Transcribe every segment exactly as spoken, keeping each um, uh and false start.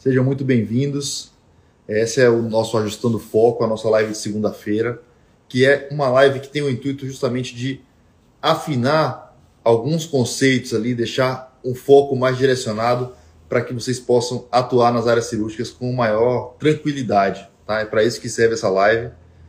Sejam muito bem-vindos. Esse é o nosso Ajustando Foco, a nossa live de segunda-feira, que é uma live que tem o intuito justamente de afinar alguns conceitos ali, deixar um foco mais direcionado para que vocês possam atuar nas áreas cirúrgicas com maior tranquilidade. Tá? É para isso que serve essa live.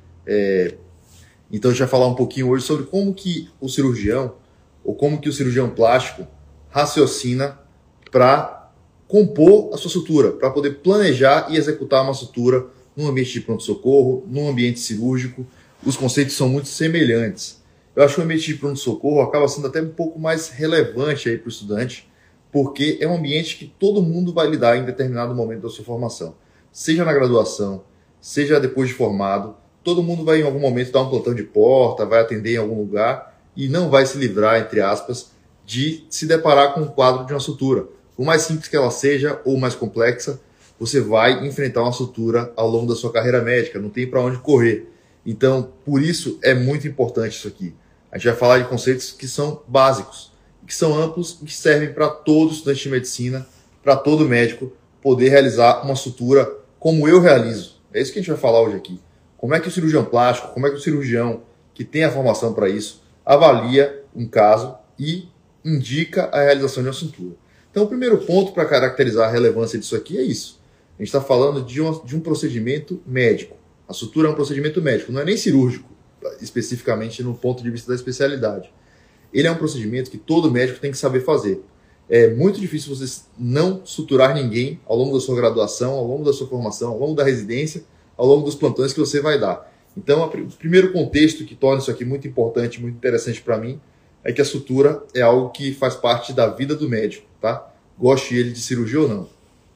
É... Então a gente vai falar um pouquinho hoje sobre como que o cirurgião, ou como que o cirurgião plástico raciocina para compor a sua sutura, para poder planejar e executar uma sutura num ambiente de pronto-socorro, num ambiente cirúrgico. Os conceitos são muito semelhantes. Eu acho que o ambiente de pronto-socorro acaba sendo até um pouco mais relevante aí para o estudante, porque é um ambiente que todo mundo vai lidar em determinado momento da sua formação. Seja na graduação, seja depois de formado, todo mundo vai em algum momento dar um plantão de porta, vai atender em algum lugar e não vai se livrar, entre aspas, de se deparar com um quadro de uma sutura. Por mais simples que ela seja ou mais complexa, você vai enfrentar uma sutura ao longo da sua carreira médica, não tem para onde correr. Então, por isso é muito importante isso aqui. A gente vai falar de conceitos que são básicos, que são amplos e que servem para todo estudante de medicina, para todo médico poder realizar uma sutura como eu realizo. É isso que a gente vai falar hoje aqui. Como é que o cirurgião plástico, como é que o cirurgião que tem a formação para isso, avalia um caso e indica a realização de uma sutura. Então, o primeiro ponto para caracterizar a relevância disso aqui é isso. A gente está falando de, uma, de um procedimento médico. A sutura é um procedimento médico, não é nem cirúrgico, especificamente no ponto de vista da especialidade. Ele é um procedimento que todo médico tem que saber fazer. É muito difícil você não suturar ninguém ao longo da sua graduação, ao longo da sua formação, ao longo da residência, ao longo dos plantões que você vai dar. Então, o primeiro contexto que torna isso aqui muito importante, muito interessante para mim, é que a sutura é algo que faz parte da vida do médico, tá? Goste ele de cirurgia ou não.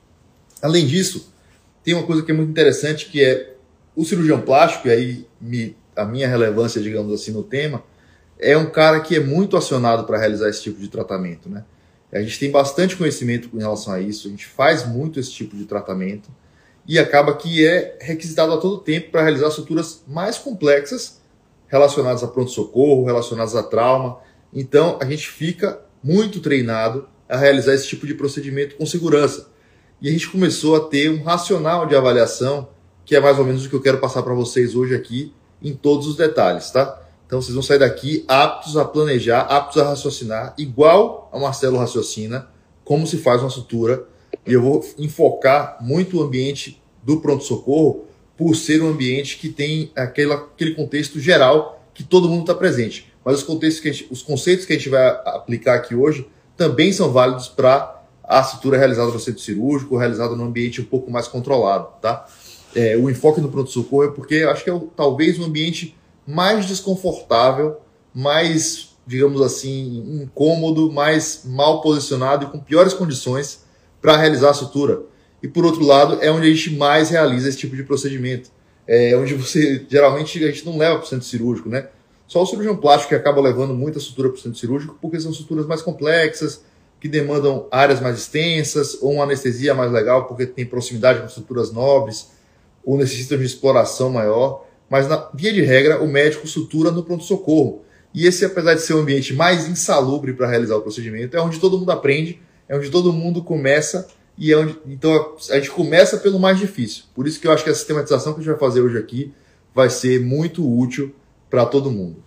Além disso, tem uma coisa que é muito interessante, que é o cirurgião plástico, e aí me, a minha relevância, digamos assim, no tema, é um cara que é muito acionado para realizar esse tipo de tratamento, né? A gente tem bastante conhecimento com relação a isso, a gente faz muito esse tipo de tratamento, e acaba que é requisitado a todo tempo para realizar suturas mais complexas relacionadas a pronto-socorro, relacionadas a trauma. Então, a gente fica muito treinado a realizar esse tipo de procedimento com segurança. E a gente começou a ter um racional de avaliação, que é mais ou menos o que eu quero passar para vocês hoje aqui, em todos os detalhes, tá? Então, vocês vão sair daqui aptos a planejar, aptos a raciocinar, igual a Marcelo raciocina, como se faz uma sutura. E eu vou enfocar muito o ambiente do pronto-socorro, por ser um ambiente que tem aquele, aquele contexto geral que todo mundo está presente. Mas os, contextos que a gente, os conceitos que a gente vai aplicar aqui hoje também são válidos para a sutura realizada no centro cirúrgico, realizada num ambiente um pouco mais controlado. Tá? É, o enfoque no pronto-socorro é porque eu acho que é o, talvez o ambiente mais desconfortável, mais, digamos assim, incômodo, mais mal posicionado e com piores condições para realizar a sutura. E por outro lado, é onde a gente mais realiza esse tipo de procedimento. É onde você, geralmente, a gente não leva para o centro cirúrgico, né? Só o cirurgião plástico que acaba levando muita sutura para o centro cirúrgico, porque são suturas mais complexas, que demandam áreas mais extensas, ou uma anestesia mais legal, porque tem proximidade com suturas nobres, ou necessitam de exploração maior. Mas, na via de regra, o médico sutura no pronto-socorro. E esse, apesar de ser o ambiente mais insalubre para realizar o procedimento, é onde todo mundo aprende, é onde todo mundo começa, e é onde, então a gente começa pelo mais difícil. Por isso que eu acho que a sistematização que a gente vai fazer hoje aqui vai ser muito útil para todo mundo.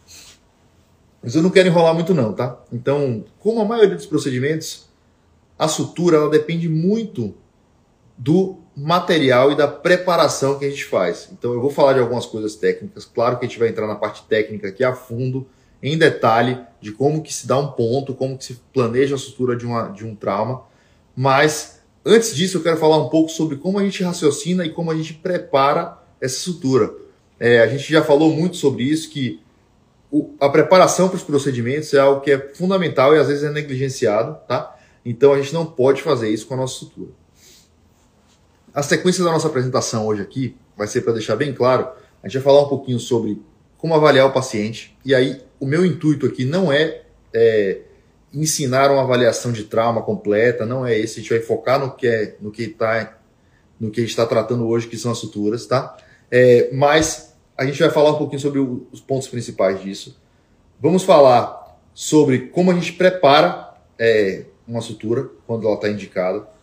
Mas eu não quero enrolar muito não, tá? Então, como a maioria dos procedimentos, a sutura ela depende muito do material e da preparação que a gente faz. Então eu vou falar de algumas coisas técnicas. Claro que a gente vai entrar na parte técnica aqui a fundo, em detalhe, de como que se dá um ponto, como que se planeja a sutura de, uma, de um trauma. Mas, antes disso, eu quero falar um pouco sobre como a gente raciocina e como a gente prepara essa sutura. É, a gente já falou muito sobre isso, que o, a preparação para os procedimentos é algo que é fundamental e às vezes é negligenciado, tá? Então a gente não pode fazer isso com a nossa sutura. A sequência da nossa apresentação hoje aqui vai ser, para deixar bem claro, a gente vai falar um pouquinho sobre como avaliar o paciente. E aí, o meu intuito aqui não é, é ensinar uma avaliação de trauma completa, não é esse. A gente vai focar no que é, no que tá, no que a gente está tratando hoje, que são as suturas, tá? É, mas a gente vai falar um pouquinho sobre o, os pontos principais disso. Vamos falar sobre como a gente prepara é, uma sutura quando ela está indicada.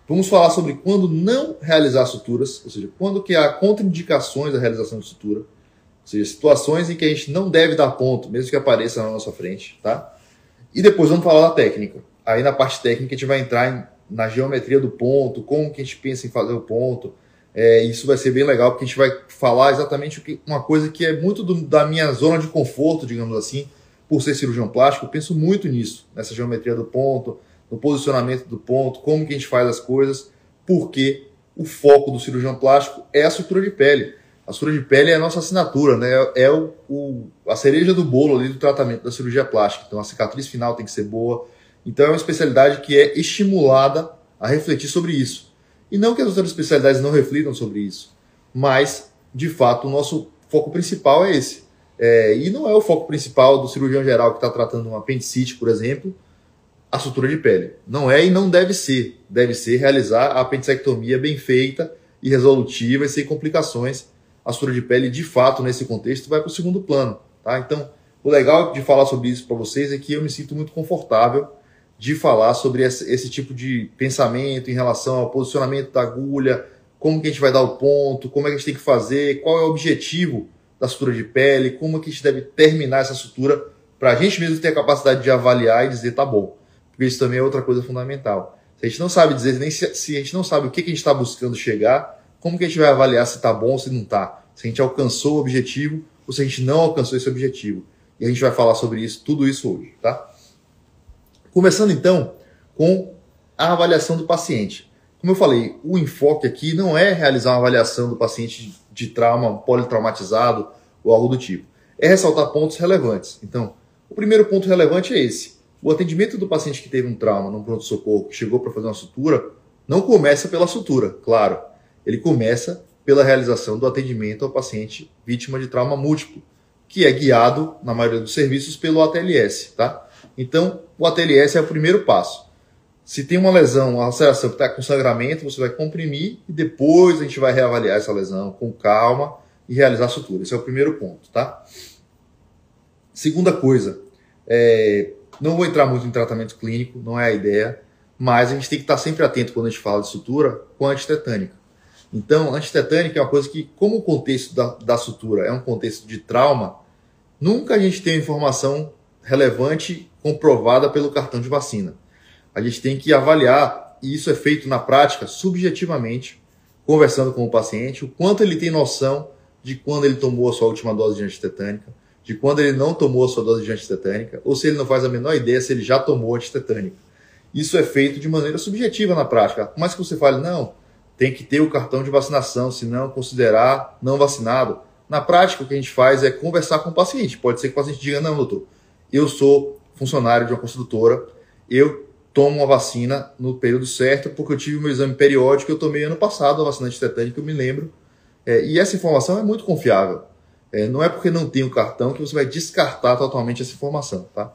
Vamos falar sobre quando não realizar suturas, ou seja, quando que há contraindicações da realização de sutura, ou seja, situações em que a gente não deve dar ponto, mesmo que apareça na nossa frente, tá? E depois vamos falar da técnica. Aí na parte técnica a gente vai entrar em, na geometria do ponto, como que a gente pensa em fazer o ponto. É, isso vai ser bem legal, porque a gente vai falar exatamente o que, uma coisa que é muito do, da minha zona de conforto, digamos assim, por ser cirurgião plástico. Eu penso muito nisso, nessa geometria do ponto, no posicionamento do ponto, como que a gente faz as coisas, porque o foco do cirurgião plástico é a sutura de pele. A sutura de pele é a nossa assinatura, né? É o, o, a cereja do bolo ali do tratamento da cirurgia plástica. Então a cicatriz final tem que ser boa. Então é uma especialidade que é estimulada a refletir sobre isso. E não que as outras especialidades não reflitam sobre isso, mas, de fato, o nosso foco principal é esse. É, e não é o foco principal do cirurgião geral que está tratando um apendicite, por exemplo, a sutura de pele. Não é e não deve ser. Deve ser realizar a apendicectomia bem feita e resolutiva e sem complicações. A sutura de pele, de fato, nesse contexto, vai para o segundo plano. Tá? Então, o legal de falar sobre isso para vocês é que eu me sinto muito confortável de falar sobre esse, esse tipo de pensamento em relação ao posicionamento da agulha, como que a gente vai dar o ponto, como é que a gente tem que fazer, qual é o objetivo da sutura de pele, como que a gente deve terminar essa sutura para a gente mesmo ter a capacidade de avaliar e dizer tá bom. Porque isso também é outra coisa fundamental. Se a gente não sabe dizer, nem se, se a gente não sabe o que, que a gente está buscando chegar, como que a gente vai avaliar se está bom ou se não está? Se a gente alcançou o objetivo ou se a gente não alcançou esse objetivo. E a gente vai falar sobre isso, tudo isso hoje, tá? Começando então com a avaliação do paciente. Como eu falei, o enfoque aqui não é realizar uma avaliação do paciente de trauma politraumatizado ou algo do tipo. É ressaltar pontos relevantes. Então, o primeiro ponto relevante é esse. O atendimento do paciente que teve um trauma no pronto-socorro, que chegou para fazer uma sutura, não começa pela sutura, claro. Ele começa pela realização do atendimento ao paciente vítima de trauma múltiplo, que é guiado, na maioria dos serviços, pelo A T L S. Tá? Então, o A T L S é o primeiro passo. Se tem uma lesão, uma laceração que está com sangramento, você vai comprimir e depois a gente vai reavaliar essa lesão com calma e realizar a sutura. Esse é o primeiro ponto. Tá? Segunda coisa, é... não vou entrar muito em tratamento clínico, não é a ideia, mas a gente tem que estar sempre atento quando a gente fala de sutura com a antitetânica. Então, a antitetânica é uma coisa que, como o contexto da, da sutura é um contexto de trauma, nunca a gente tem informação relevante comprovada pelo cartão de vacina. A gente tem que avaliar, e isso é feito na prática, subjetivamente, conversando com o paciente, o quanto ele tem noção de quando ele tomou a sua última dose de antitetânica, de quando ele não tomou a sua dose de antitetânica, ou se ele não faz a menor ideia se ele já tomou antitetânica. Isso é feito de maneira subjetiva na prática. Por mais que você fale, não, tem que ter o cartão de vacinação, senão considerar não vacinado. Na prática, o que a gente faz é conversar com o paciente. Pode ser que o paciente diga, não, doutor, eu sou funcionário de uma construtora, eu tomo uma vacina no período certo, porque eu tive o meu exame periódico que eu tomei ano passado, a vacina antitetânica, eu me lembro. É, e essa informação é muito confiável. É, não é porque não tem o cartão que você vai descartar totalmente essa informação. Tá?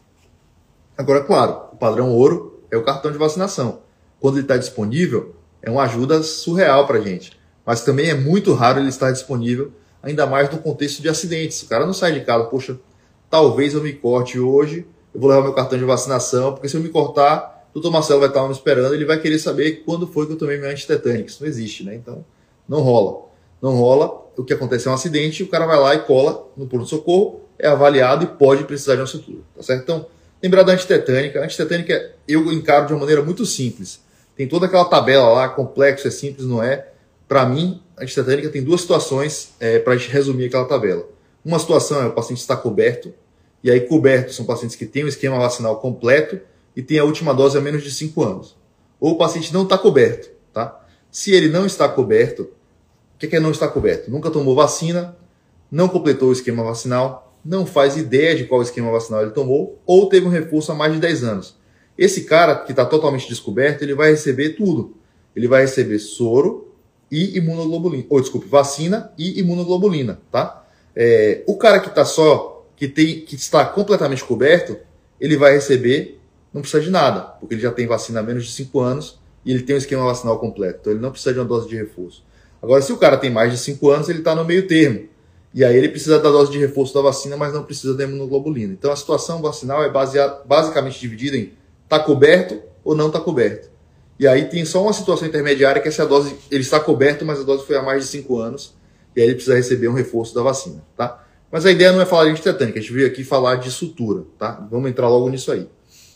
Agora, claro, o padrão ouro é o cartão de vacinação. Quando ele está disponível, é uma ajuda surreal para a gente. Mas também é muito raro ele estar disponível, ainda mais no contexto de acidentes. O cara não sai de casa, poxa, talvez eu me corte hoje, eu vou levar meu cartão de vacinação, porque se eu me cortar, o doutor Marcelo vai estar me esperando, ele vai querer saber quando foi que eu tomei minha antitetânica. Isso não existe, né? Então, não rola. Não rola, o que acontece é um acidente, o cara vai lá e cola no pronto-socorro, é avaliado e pode precisar de uma sutura. Tá certo? Então, lembrar da antitetânica. A antitetânica eu encaro de uma maneira muito simples. Tem toda aquela tabela lá, complexo, é simples, não é? Para mim, a antitetânica tem duas situações é, para a gente resumir aquela tabela. Uma situação é o paciente está coberto, e aí coberto são pacientes que têm o esquema vacinal completo e têm a última dose há menos de cinco anos. Ou o paciente não está coberto. Tá? Se ele não está coberto, o que é não está coberto? Nunca tomou vacina, não completou o esquema vacinal, não faz ideia de qual esquema vacinal ele tomou, ou teve um reforço há mais de dez anos. Esse cara que está totalmente descoberto, ele vai receber tudo. Ele vai receber soro e imunoglobulina, ou desculpe, vacina e imunoglobulina, tá? É, o cara que está só, que, tem, que está completamente coberto, ele vai receber, não precisa de nada, porque ele já tem vacina há menos de cinco anos e ele tem um esquema vacinal completo, então ele não precisa de uma dose de reforço. Agora, se o cara tem mais de cinco anos, ele está no meio termo. E aí ele precisa da dose de reforço da vacina, mas não precisa da imunoglobulina. Então a situação vacinal é baseada, basicamente dividida em está coberto ou não está coberto. E aí tem só uma situação intermediária que é se a dose, ele está coberto, mas a dose foi há mais de cinco anos, e aí ele precisa receber um reforço da vacina, tá? Mas a ideia não é falar de lente tetânica, a gente veio aqui falar de sutura, tá? Vamos entrar logo nisso aí.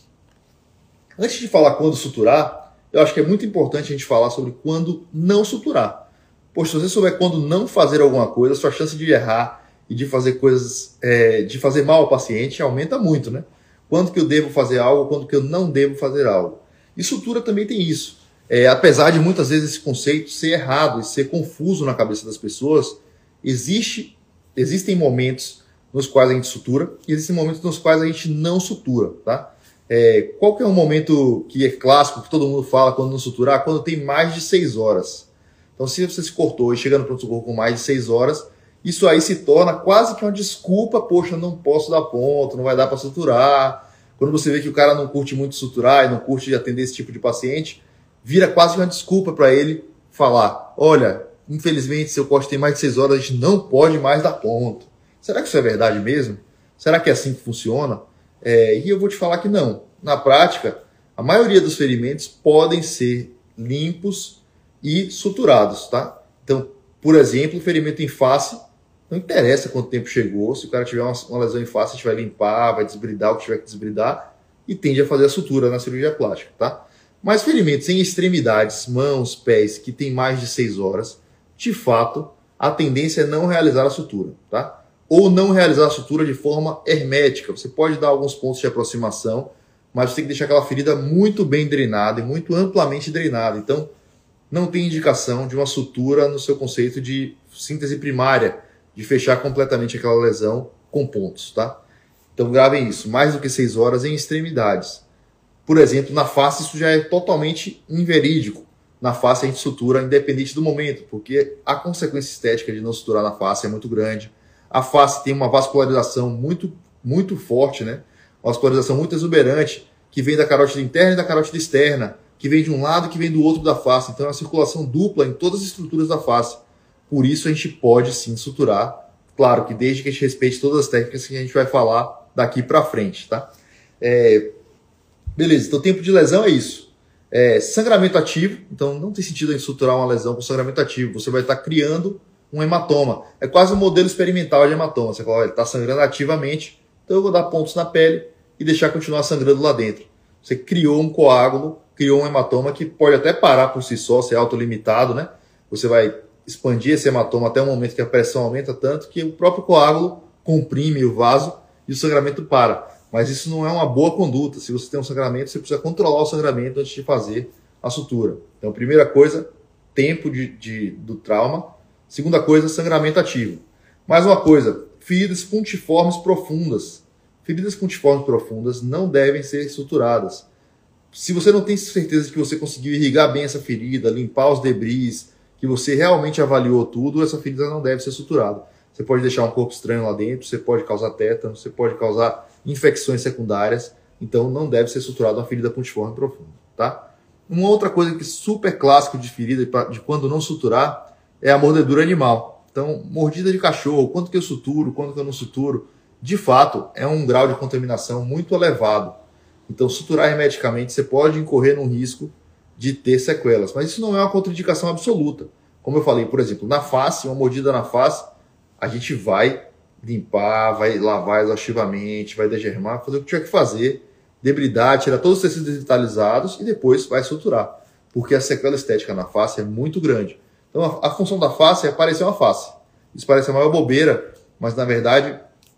Antes de falar quando suturar, eu acho que é muito importante a gente falar sobre quando não suturar. Pois se você souber quando não fazer alguma coisa, a sua chance de errar e de fazer coisas, é, de fazer mal ao paciente aumenta muito, né? Quando que eu devo fazer algo, quando que eu não devo fazer algo. E sutura também tem isso. É, apesar de muitas vezes esse conceito ser errado e ser confuso na cabeça das pessoas, existe, existem momentos nos quais a gente sutura e existem momentos nos quais a gente não sutura, tá? É, qual que é um momento que é clássico, que todo mundo fala quando não suturar? Quando tem mais de seis horas. Então, se você se cortou e chega no pronto-socorro com mais de seis horas, isso aí se torna quase que uma desculpa. Poxa, não posso dar ponto, não vai dar para suturar. Quando você vê que o cara não curte muito suturar e não curte atender esse tipo de paciente, vira quase uma desculpa para ele falar: olha, infelizmente, se eu corte tem mais de seis horas, a gente não pode mais dar ponto. Será que isso é verdade mesmo? Será que é assim que funciona? É, e eu vou te falar que não. Na prática, a maioria dos ferimentos podem ser limpos e suturados, tá? Então, por exemplo, ferimento em face, não interessa quanto tempo chegou, se o cara tiver uma, uma lesão em face, a gente vai limpar, vai desbridar o que tiver que desbridar e tende a fazer a sutura na cirurgia plástica, tá? Mas ferimentos em extremidades, mãos, pés, que tem mais de seis horas, de fato, a tendência é não realizar a sutura, tá? Ou não realizar a sutura de forma hermética. Você pode dar alguns pontos de aproximação, mas você tem que deixar aquela ferida muito bem drenada e muito amplamente drenada. Então, não tem indicação de uma sutura no seu conceito de síntese primária, de fechar completamente aquela lesão com pontos, tá? Então, gravem isso. Mais do que seis horas em extremidades. Por exemplo, na face isso já é totalmente inverídico. Na face a gente sutura independente do momento, porque a consequência estética de não suturar na face é muito grande. A face tem uma vascularização muito, muito forte, né? Uma vascularização muito exuberante, que vem da carótida interna e da carótida externa, que vem de um lado e que vem do outro da face. Então é uma circulação dupla em todas as estruturas da face. Por isso a gente pode sim suturar, claro que desde que a gente respeite todas as técnicas que a gente vai falar daqui para frente, tá? É... Beleza, então tempo de lesão é isso. É, sangramento ativo, então não tem sentido a gente suturar uma lesão com sangramento ativo. Você vai estar criando um hematoma. É quase um modelo experimental de hematoma. Você fala, ele está sangrando ativamente, então eu vou dar pontos na pele e deixar continuar sangrando lá dentro. Você criou um coágulo, criou um hematoma que pode até parar por si só, ser autolimitado, né? Você vai expandir esse hematoma até o momento que a pressão aumenta tanto que o próprio coágulo comprime o vaso e o sangramento para. Mas isso não é uma boa conduta. Se você tem um sangramento, você precisa controlar o sangramento antes de fazer a sutura. Então, primeira coisa, tempo de, de, do trauma. Segunda coisa, sangramento ativo. Mais uma coisa, feridas pontiformes profundas. Feridas pontiformes profundas não devem ser suturadas. Se você não tem certeza de que você conseguiu irrigar bem essa ferida, limpar os debris, que você realmente avaliou tudo, essa ferida não deve ser suturada. Você pode deixar um corpo estranho lá dentro, você pode causar tétano, você pode causar infecções secundárias, então não deve ser suturada uma ferida pontiforme profunda, tá? Uma outra coisa que é super clássico de ferida, de quando não suturar, é a mordedura animal. Então, mordida de cachorro, quanto que eu suturo, quanto que eu não suturo, de fato, é um grau de contaminação muito elevado. Então, suturar hermeticamente, você pode incorrer num risco de ter sequelas, mas isso não é uma contraindicação absoluta. Como eu falei, por exemplo, na face, uma mordida na face, a gente vai limpar, vai lavar exaustivamente, vai degermar, fazer o que tiver que fazer, debridar, tirar todos os tecidos desvitalizados e depois vai suturar. Porque a sequela estética na face é muito grande. Então a, a função da face é parecer uma face. Isso parece a maior bobeira, mas na verdade,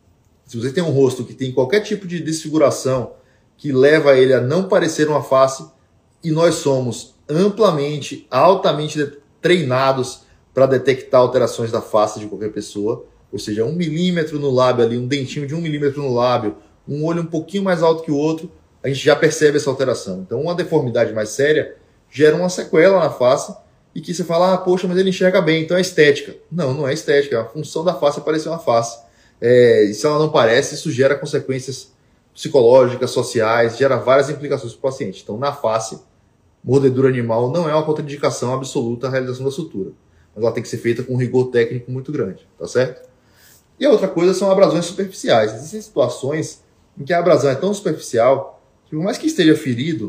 se você tem um rosto que tem qualquer tipo de desfiguração que leva ele a não parecer uma face, e nós somos amplamente, altamente treinados para detectar alterações da face de qualquer pessoa, ou seja, um milímetro no lábio ali, um dentinho de um milímetro no lábio, um olho um pouquinho mais alto que o outro, a gente já percebe essa alteração. Então, uma deformidade mais séria gera uma sequela na face e que você fala, ah, poxa, mas ele enxerga bem, então é estética. Não, não é estética, a função da face é parecer uma face. É, e se ela não parece, isso gera consequências psicológicas, sociais, gera várias implicações para o paciente. Então, na face, mordedura animal não é uma contraindicação absoluta à realização da sutura, mas ela tem que ser feita com um rigor técnico muito grande, tá certo? E a outra coisa são abrasões superficiais. Existem situações em que a abrasão é tão superficial que, por mais que esteja ferido,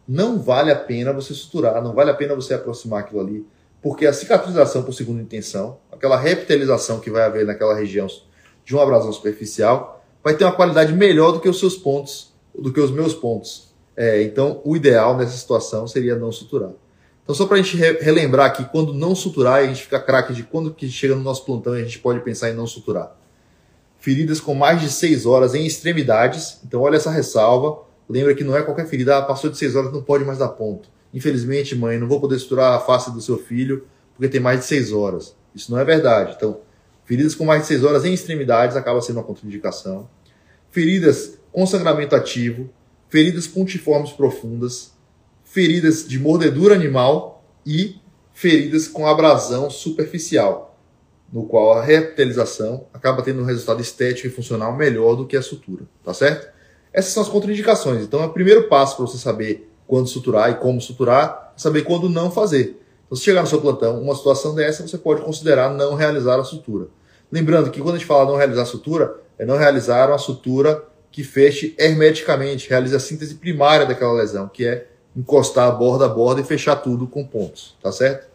não vale a pena você suturar, não vale a pena você aproximar aquilo ali, porque a cicatrização por segunda intenção, aquela repitelização que vai haver naquela região de uma abrasão superficial, vai ter uma qualidade melhor do que os seus pontos, do que os meus pontos. É, então, o ideal nessa situação seria não suturar. Então, só para a gente re relembrar aqui, quando não suturar, a gente fica craque de quando que chega no nosso plantão e a gente pode pensar em não suturar. Feridas com mais de seis horas em extremidades. Então, olha essa ressalva. Lembra que não é qualquer ferida, ah, passou de seis horas, não pode mais dar ponto. Infelizmente, mãe, não vou poder suturar a face do seu filho porque tem mais de seis horas. Isso não é verdade. Então, feridas com mais de seis horas em extremidades acaba sendo uma contraindicação. Feridas com sangramento ativo, feridas pontiformes profundas, feridas de mordedura animal e feridas com abrasão superficial, no qual a repitelização acaba tendo um resultado estético e funcional melhor do que a sutura, tá certo? Essas são as contraindicações. Então, é o primeiro passo para você saber quando suturar e como suturar, é saber quando não fazer. Então, se chegar no seu plantão uma situação dessa, você pode considerar não realizar a sutura. Lembrando que quando a gente fala não realizar a sutura, é não realizar uma sutura que feche hermeticamente, realize a síntese primária daquela lesão, que é encostar a borda a borda e fechar tudo com pontos, tá certo?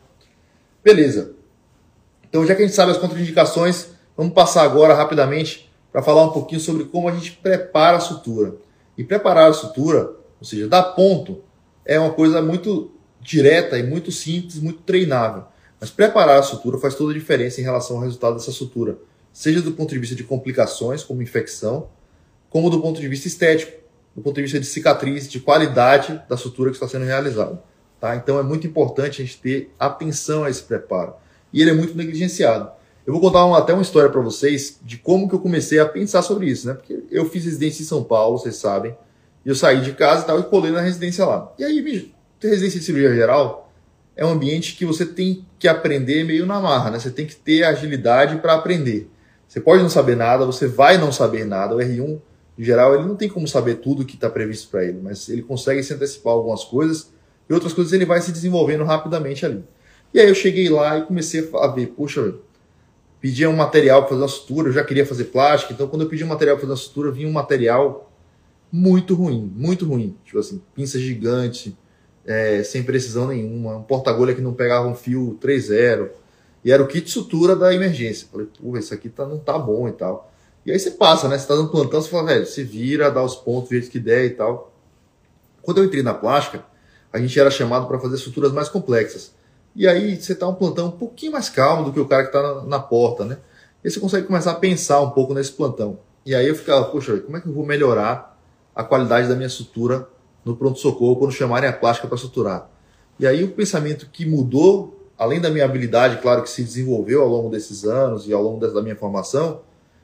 Beleza. Então, já que a gente sabe as contraindicações, vamos passar agora rapidamente para falar um pouquinho sobre como a gente prepara a sutura. E preparar a sutura, ou seja, dar ponto, é uma coisa muito direta e muito simples, muito treinável. Mas preparar a sutura faz toda a diferença em relação ao resultado dessa sutura, seja do ponto de vista de complicações, como infecção, como do ponto de vista estético, do ponto de vista de cicatriz, de qualidade da sutura que está sendo realizada. Tá? Então é muito importante a gente ter atenção a esse preparo. E ele é muito negligenciado. Eu vou contar uma, até uma história para vocês de como que eu comecei a pensar sobre isso, né? Porque eu fiz residência em São Paulo, vocês sabem, e eu saí de casa e tal, e colei na residência lá. E aí, bicho, residência de cirurgia geral é um ambiente que você tem que aprender meio na marra, né? Você tem que ter agilidade para aprender. Você pode não saber nada, você vai não saber nada. O R um, em geral, ele não tem como saber tudo que está previsto para ele, mas ele consegue se antecipar algumas coisas e outras coisas ele vai se desenvolvendo rapidamente ali. E aí eu cheguei lá e comecei a ver, puxa, pedia um material para fazer uma sutura, eu já queria fazer plástica, então quando eu pedi um material para fazer uma sutura, vinha um material muito ruim, muito ruim. Tipo assim, pinça gigante, é, sem precisão nenhuma, um porta-agulha que não pegava um fio três zero, e era o kit de sutura da emergência. Falei, pô, isso aqui tá, não tá bom e tal. E aí você passa, né? Você tá dando plantão, você fala, velho, se vira, dá os pontos, do jeito que der e tal. Quando eu entrei na plástica, a gente era chamado para fazer suturas mais complexas. E aí você tá um plantão um pouquinho mais calmo do que o cara que tá na, na porta, né? E aí você consegue começar a pensar um pouco nesse plantão. E aí eu ficava, poxa, como é que eu vou melhorar a qualidade da minha sutura no pronto-socorro quando chamarem a plástica para suturar? E aí o pensamento que mudou, além da minha habilidade, claro, que se desenvolveu ao longo desses anos e ao longo da minha formação,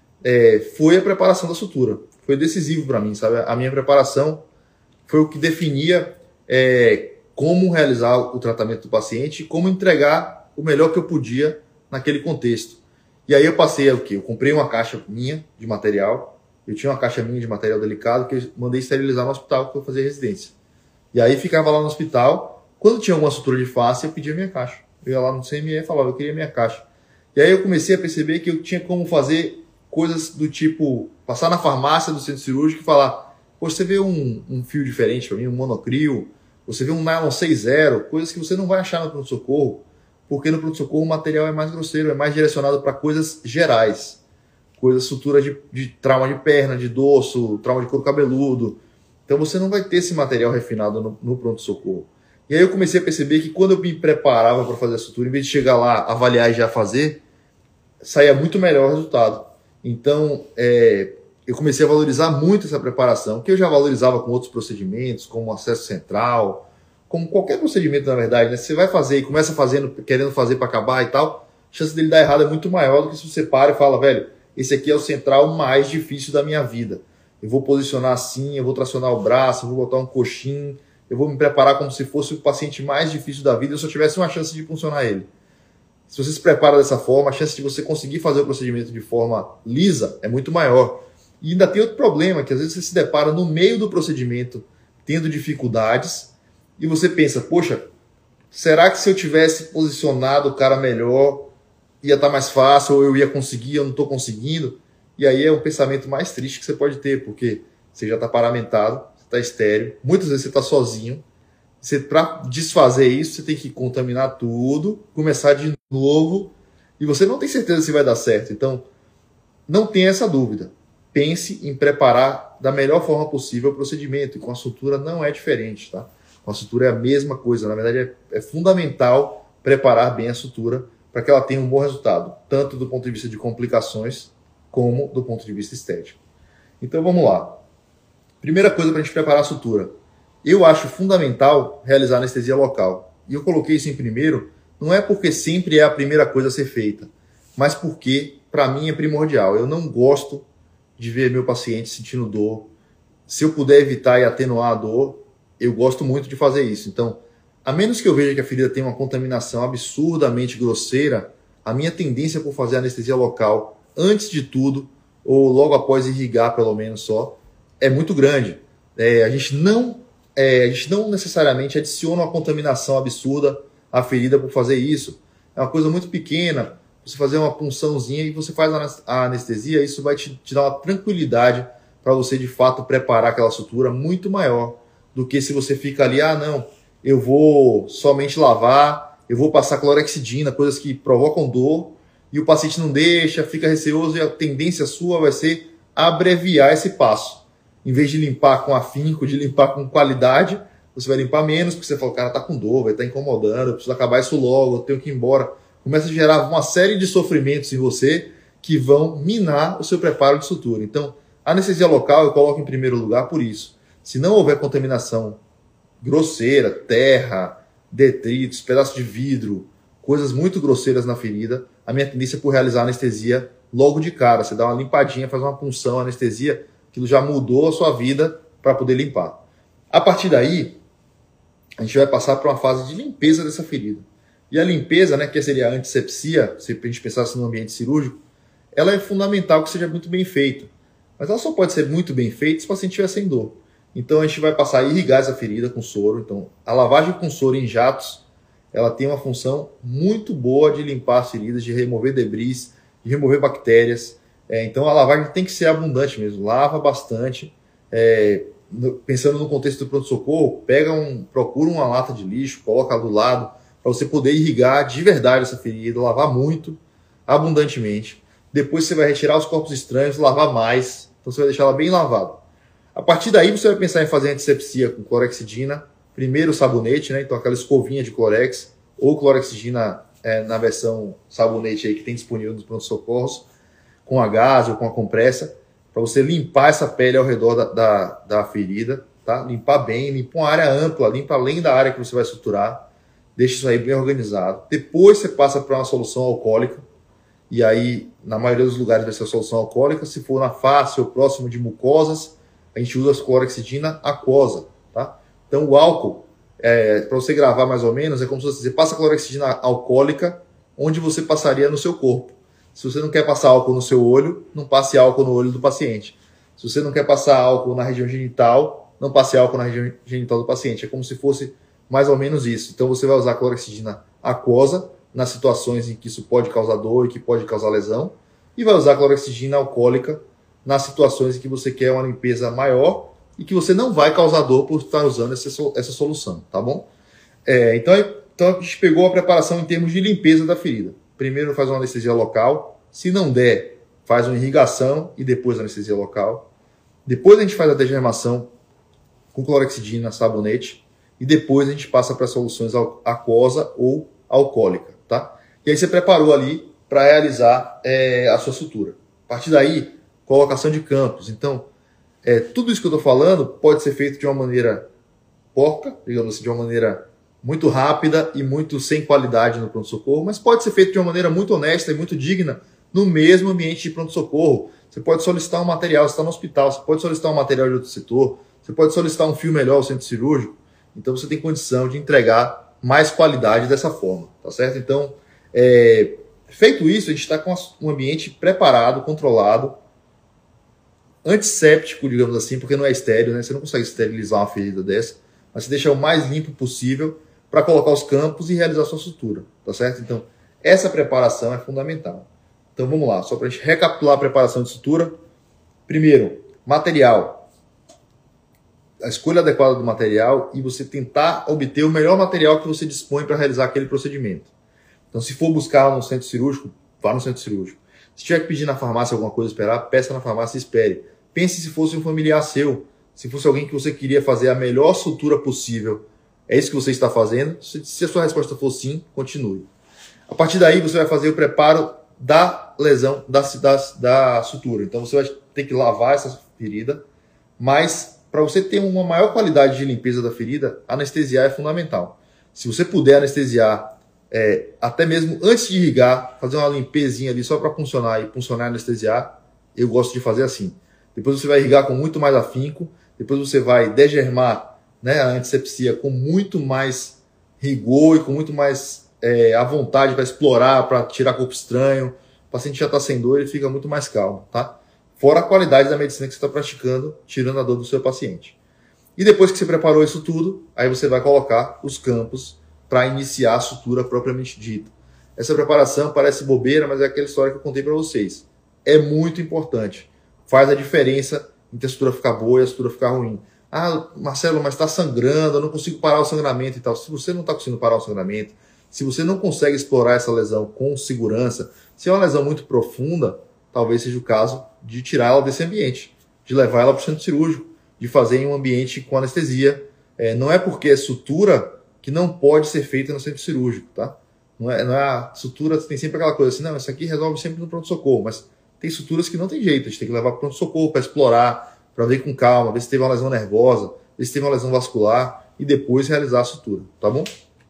é, foi a preparação da sutura. Foi decisivo para mim, sabe? A minha preparação foi o que definia é, como realizar o tratamento do paciente e como entregar o melhor que eu podia naquele contexto. E aí eu passei o quê? Eu comprei uma caixa minha de material, eu tinha uma caixa minha de material delicado que eu mandei esterilizar no hospital para eu fazer residência. E aí ficava lá no hospital, quando tinha alguma sutura de face, eu pedia minha caixa. Eu ia lá no C M E e falava, eu queria minha caixa. E aí eu comecei a perceber que eu tinha como fazer coisas do tipo, passar na farmácia do centro cirúrgico e falar, pô, você vê um, um fio diferente para mim, um monocrio, você vê um nylon seis zero, coisas que você não vai achar no pronto-socorro, porque no pronto-socorro o material é mais grosseiro, é mais direcionado para coisas gerais. Coisas, sutura de, de trauma de perna, de dorso, trauma de couro cabeludo. Então você não vai ter esse material refinado no, no pronto-socorro. E aí eu comecei a perceber que quando eu me preparava para fazer a sutura, em vez de chegar lá, avaliar e já fazer, saía muito melhor o resultado. Então, é, eu comecei a valorizar muito essa preparação, que eu já valorizava com outros procedimentos, como acesso central, como qualquer procedimento, na verdade, né? Você vai fazer e começa fazendo, querendo fazer para acabar e tal, a chance dele dar errado é muito maior do que se você para e fala, velho, esse aqui é o central mais difícil da minha vida. Eu vou posicionar assim, eu vou tracionar o braço, eu vou botar um coxim, eu vou me preparar como se fosse o paciente mais difícil da vida e eu só tivesse uma chance de funcionar ele. Se você se prepara dessa forma, a chance de você conseguir fazer o procedimento de forma lisa é muito maior. E ainda tem outro problema, que às vezes você se depara no meio do procedimento tendo dificuldades e você pensa, poxa, será que se eu tivesse posicionado o cara melhor ia estar mais fácil, ou eu ia conseguir, eu não estou conseguindo? E aí é o pensamento mais triste que você pode ter, porque você já está paramentado, você está estéril, muitas vezes você está sozinho, Você, para desfazer isso, você tem que contaminar tudo, começar de novo, e você não tem certeza se vai dar certo. Então, não tenha essa dúvida. Pense em preparar da melhor forma possível o procedimento, e com a sutura não é diferente, tá? Com a sutura é a mesma coisa. Na verdade, é, é fundamental preparar bem a sutura para que ela tenha um bom resultado, tanto do ponto de vista de complicações, como do ponto de vista estético. Então, vamos lá. Primeira coisa para a gente preparar a sutura. Eu acho fundamental realizar anestesia local. E eu coloquei isso em primeiro, não é porque sempre é a primeira coisa a ser feita, mas porque, para mim, é primordial. Eu não gosto de ver meu paciente sentindo dor. Se eu puder evitar e atenuar a dor, eu gosto muito de fazer isso. Então, a menos que eu veja que a ferida tem uma contaminação absurdamente grosseira, a minha tendência por fazer anestesia local antes de tudo, ou logo após irrigar pelo menos só, é muito grande. É, a, gente não, é, a gente não necessariamente adiciona uma contaminação absurda à ferida por fazer isso. É uma coisa muito pequena, você fazer uma punçãozinha e você faz a anestesia, isso vai te, te dar uma tranquilidade para você de fato preparar aquela sutura muito maior do que se você fica ali, ah não, eu vou somente lavar, eu vou passar clorexidina, coisas que provocam dor, e o paciente não deixa, fica receoso, e a tendência sua vai ser abreviar esse passo. Em vez de limpar com afinco, de limpar com qualidade, você vai limpar menos, porque você fala, o cara tá com dor, vai estar incomodando, eu preciso acabar isso logo, eu tenho que ir embora. Começa a gerar uma série de sofrimentos em você que vão minar o seu preparo de sutura. Então, a anestesia local eu coloco em primeiro lugar por isso. Se não houver contaminação grosseira, terra, detritos, pedaços de vidro, coisas muito grosseiras na ferida, a minha tendência é por realizar anestesia logo de cara. Você dá uma limpadinha, faz uma punção, anestesia, aquilo já mudou a sua vida para poder limpar. A partir daí, a gente vai passar para uma fase de limpeza dessa ferida. E a limpeza, né, que seria a antisepsia, se a gente pensasse no ambiente cirúrgico, ela é fundamental que seja muito bem feita. Mas ela só pode ser muito bem feita se o paciente estiver sem dor. Então a gente vai passar a irrigar essa ferida com soro. Então a lavagem com soro em jatos, ela tem uma função muito boa de limpar as feridas, de remover debris, de remover bactérias. É, então a lavagem tem que ser abundante mesmo, lava bastante. É, no, pensando no contexto do pronto-socorro, pega um, procura uma lata de lixo, coloca do lado, para você poder irrigar de verdade essa ferida, lavar muito, abundantemente. Depois você vai retirar os corpos estranhos, lavar mais, então você vai deixar ela bem lavada. A partir daí você vai pensar em fazer antisepsia com clorexidina, primeiro o sabonete, né? Então aquela escovinha de clorex, ou clorexidina é, na versão sabonete aí que tem disponível nos pronto-socorros, com a gás ou com a compressa, para você limpar essa pele ao redor da, da, da ferida, tá? Limpar bem, limpa uma área ampla, limpa além da área que você vai suturar, deixa isso aí bem organizado. Depois você passa para uma solução alcoólica, e aí, na maioria dos lugares vai ser a solução alcoólica. Se for na face ou próximo de mucosas, a gente usa a clorexidina aquosa, tá? Então o álcool, é, para você gravar mais ou menos, é como se você passa a clorexidina alcoólica onde você passaria no seu corpo. Se você não quer passar álcool no seu olho, não passe álcool no olho do paciente. Se você não quer passar álcool na região genital, não passe álcool na região genital do paciente. É como se fosse mais ou menos isso. Então você vai usar a clorexidina aquosa nas situações em que isso pode causar dor e que pode causar lesão, e vai usar a clorexidina alcoólica nas situações em que você quer uma limpeza maior e que você não vai causar dor por estar usando essa, essa solução, tá bom? É, então, então a gente pegou a preparação em termos de limpeza da ferida. Primeiro faz uma anestesia local, se não der, faz uma irrigação e depois a anestesia local. Depois a gente faz a degermação com clorexidina, sabonete, e depois a gente passa para soluções aquosa ou alcoólica, tá? E aí você preparou ali para realizar é, a sua sutura. A partir daí, colocação de campos. Então, é, tudo isso que eu estou falando pode ser feito de uma maneira porca, digamos assim, de uma maneira muito rápida e muito sem qualidade no pronto-socorro, mas pode ser feito de uma maneira muito honesta e muito digna no mesmo ambiente de pronto-socorro. Você pode solicitar um material, você está no hospital, você pode solicitar um material de outro setor, você pode solicitar um fio melhor ao centro cirúrgico, então você tem condição de entregar mais qualidade dessa forma, tá certo? Então, é, feito isso, a gente está com um ambiente preparado, controlado, antisséptico, digamos assim, porque não é estéril, né? Você não consegue esterilizar uma ferida dessa, mas você deixa o mais limpo possível para colocar os campos e realizar a sua sutura, tá certo? Então, essa preparação é fundamental. Então, vamos lá, só para a gente recapitular a preparação de sutura. Primeiro, material. a escolha adequada do material e você tentar obter o melhor material que você dispõe para realizar aquele procedimento. Então, se for buscar no centro cirúrgico, vá no centro cirúrgico. Se tiver que pedir na farmácia alguma coisa, esperar, peça na farmácia e espere. Pense se fosse um familiar seu, se fosse alguém que você queria fazer a melhor sutura possível. É isso que você está fazendo? Se a sua resposta for sim, continue. A partir daí, você vai fazer o preparo da lesão, da, da, da sutura. Então, você vai ter que lavar essa ferida, mas para você ter uma maior qualidade de limpeza da ferida, anestesiar é fundamental. Se você puder anestesiar, é, até mesmo antes de irrigar, fazer uma limpezinha ali só para funcionar e funcionar e anestesiar, eu gosto de fazer assim. Depois você vai irrigar com muito mais afinco, depois você vai degermar, né, a antisepsia com muito mais rigor e com muito mais é, à vontade para explorar, para tirar corpo estranho. O paciente já está sem dor, ele fica muito mais calmo, tá? Fora a qualidade da medicina que você está praticando, tirando a dor do seu paciente. E depois que você preparou isso tudo, aí você vai colocar os campos para iniciar a sutura propriamente dita. Essa preparação parece bobeira, mas é aquela história que eu contei para vocês. É muito importante. Faz a diferença entre a sutura ficar boa e a sutura ficar ruim. Ah, Marcelo, mas está sangrando, eu não consigo parar o sangramento e tal. Se você não está conseguindo parar o sangramento, se você não consegue explorar essa lesão com segurança, se é uma lesão muito profunda, talvez seja o caso de tirar ela desse ambiente, de levar ela para o centro cirúrgico, de fazer em um ambiente com anestesia. É, não é porque é sutura que não pode ser feita no centro cirúrgico, tá? Não é, não é a sutura, tem sempre aquela coisa assim, não, isso aqui resolve sempre no pronto-socorro, mas tem suturas que não tem jeito, a gente tem que levar para o pronto-socorro para explorar, para ver com calma, ver se teve uma lesão nervosa, ver se teve uma lesão vascular e depois realizar a sutura, tá bom?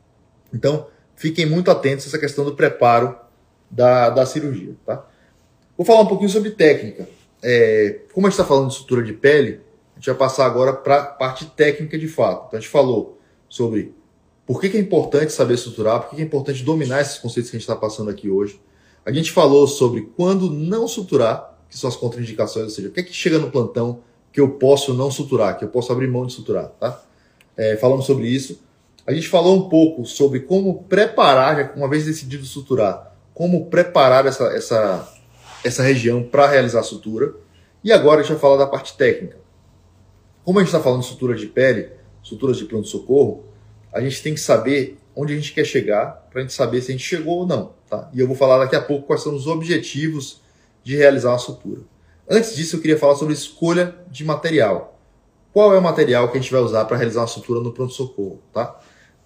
Então, fiquem muito atentos a essa questão do preparo da, da cirurgia, tá? Vou falar um pouquinho sobre técnica. É, como a gente está falando de sutura de pele, a gente vai passar agora para a parte técnica de fato. Então, a gente falou sobre por que, que é importante saber suturar, por que, que é importante dominar esses conceitos que a gente está passando aqui hoje. A gente falou sobre quando não suturar, que são as contraindicações, ou seja, o que é que chega no plantão que eu posso não suturar, que eu posso abrir mão de suturar, tá? É, falamos sobre isso. A gente falou um pouco sobre como preparar, uma vez decidido suturar, como preparar essa, essa, essa região para realizar a sutura. E agora a gente vai falar da parte técnica. Como a gente está falando de sutura de pele, suturas de pronto-socorro, a gente tem que saber onde a gente quer chegar para a gente saber se a gente chegou ou não, tá? E eu vou falar daqui a pouco quais são os objetivos de realizar uma sutura. Antes disso, eu queria falar sobre escolha de material. Qual é o material que a gente vai usar para realizar uma sutura no pronto-socorro, tá?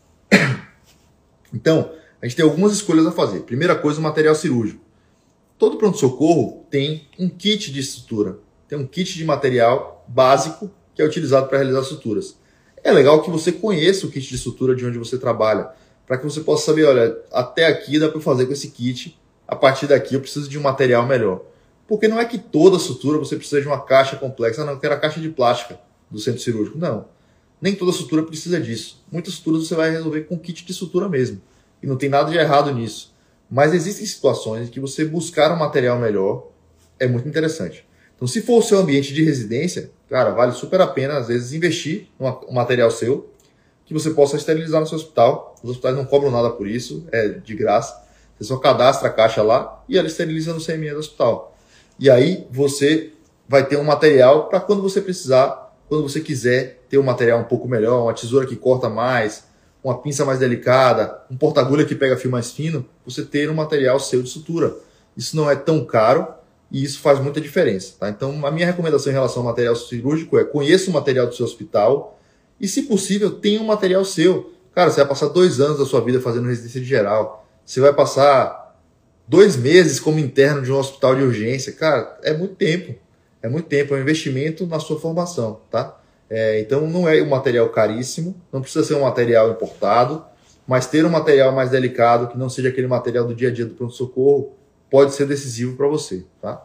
Então, a gente tem algumas escolhas a fazer. Primeira coisa, o material cirúrgico. Todo pronto-socorro tem um kit de sutura, tem um kit de material básico que é utilizado para realizar suturas. É legal que você conheça o kit de sutura de onde você trabalha, para que você possa saber, olha, até aqui dá para fazer com esse kit, a partir daqui eu preciso de um material melhor. Porque não é que toda sutura você precisa de uma caixa complexa, ah, não, eu quero a caixa de plástica do centro cirúrgico. Não, nem toda sutura precisa disso. Muitas suturas você vai resolver com kit de sutura mesmo, e não tem nada de errado nisso. Mas existem situações em que você buscar um material melhor é muito interessante. Então, se for o seu ambiente de residência, cara, vale super a pena, às vezes, investir em um material seu que você possa esterilizar no seu hospital. Os hospitais não cobram nada por isso, é de graça. Você só cadastra a caixa lá e ela esteriliza no C M E do hospital. E aí você vai ter um material para quando você precisar, quando você quiser ter um material um pouco melhor, uma tesoura que corta mais, uma pinça mais delicada, um porta-agulha que pega fio mais fino, você ter um material seu de sutura. Isso não é tão caro e isso faz muita diferença, tá? Então, a minha recomendação em relação ao material cirúrgico é conheça o material do seu hospital e, se possível, tenha um material seu. Cara, você vai passar dois anos da sua vida fazendo residência de geral. Você vai passar dois meses como interno de um hospital de urgência. Cara, é muito tempo. É muito tempo, é um investimento na sua formação, tá? É, então, não é um material caríssimo, não precisa ser um material importado, mas ter um material mais delicado, que não seja aquele material do dia a dia do pronto-socorro, pode ser decisivo para você, tá?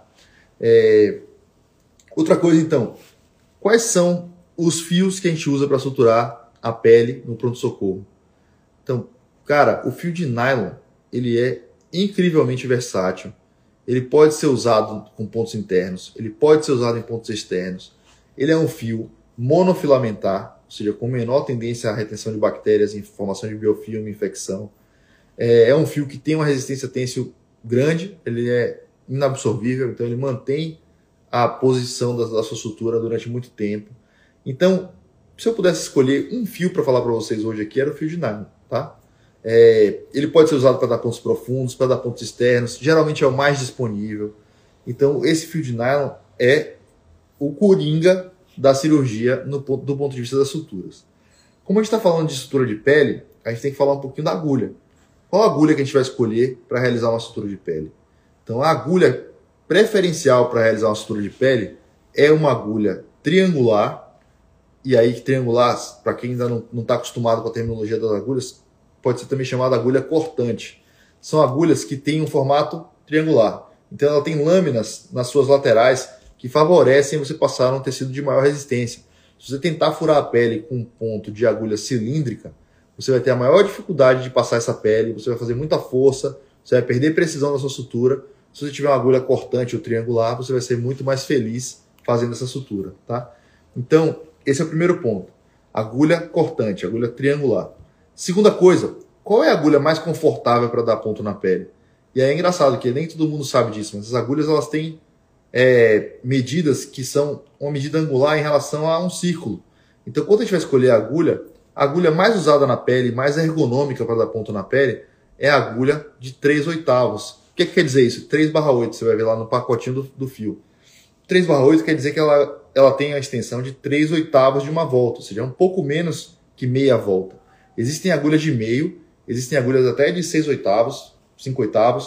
É... Outra coisa, então, quais são os fios que a gente usa para suturar a pele no pronto-socorro? Então, cara, o fio de nylon, ele é incrivelmente versátil. Ele pode ser usado com pontos internos, ele pode ser usado em pontos externos. Ele é um fio monofilamentar, ou seja, com menor tendência à retenção de bactérias, formação de biofilme, infecção. É, é um fio que tem uma resistência a têncil grande, ele é inabsorvível, então ele mantém a posição da, da sua sutura durante muito tempo. Então, se eu pudesse escolher um fio para falar para vocês hoje aqui, era o fio de nylon, tá? É, ele pode ser usado para dar pontos profundos, para dar pontos externos, geralmente é o mais disponível. Então esse fio de nylon é o coringa da cirurgia no, do ponto de vista das suturas. Como a gente está falando de sutura de pele, a gente tem que falar um pouquinho da agulha. Qual agulha que a gente vai escolher para realizar uma sutura de pele? Então a agulha preferencial para realizar uma sutura de pele é uma agulha triangular. E aí, triangular, para quem ainda não está acostumado com a terminologia das agulhas, pode ser também chamada agulha cortante. São agulhas que têm um formato triangular. Então, ela tem lâminas nas suas laterais que favorecem você passar um tecido de maior resistência. Se você tentar furar a pele com um ponto de agulha cilíndrica, você vai ter a maior dificuldade de passar essa pele, você vai fazer muita força, você vai perder precisão na sua sutura. Se você tiver uma agulha cortante ou triangular, você vai ser muito mais feliz fazendo essa sutura, tá? Então, esse é o primeiro ponto. Agulha cortante, agulha triangular. Segunda coisa, qual é a agulha mais confortável para dar ponto na pele? E aí é engraçado que nem todo mundo sabe disso, mas as agulhas elas têm é, medidas que são uma medida angular em relação a um círculo. Então quando a gente vai escolher a agulha, a agulha mais usada na pele, mais ergonômica para dar ponto na pele, é a agulha de três oitavos. O que, que quer dizer isso? três barra oito, você vai ver lá no pacotinho do, do fio. três barra oito quer dizer que ela, ela tem a extensão de três oitavos de uma volta, ou seja, é um pouco menos que meia volta. Existem agulhas de meio, existem agulhas até de seis oitavos, cinco oitavos,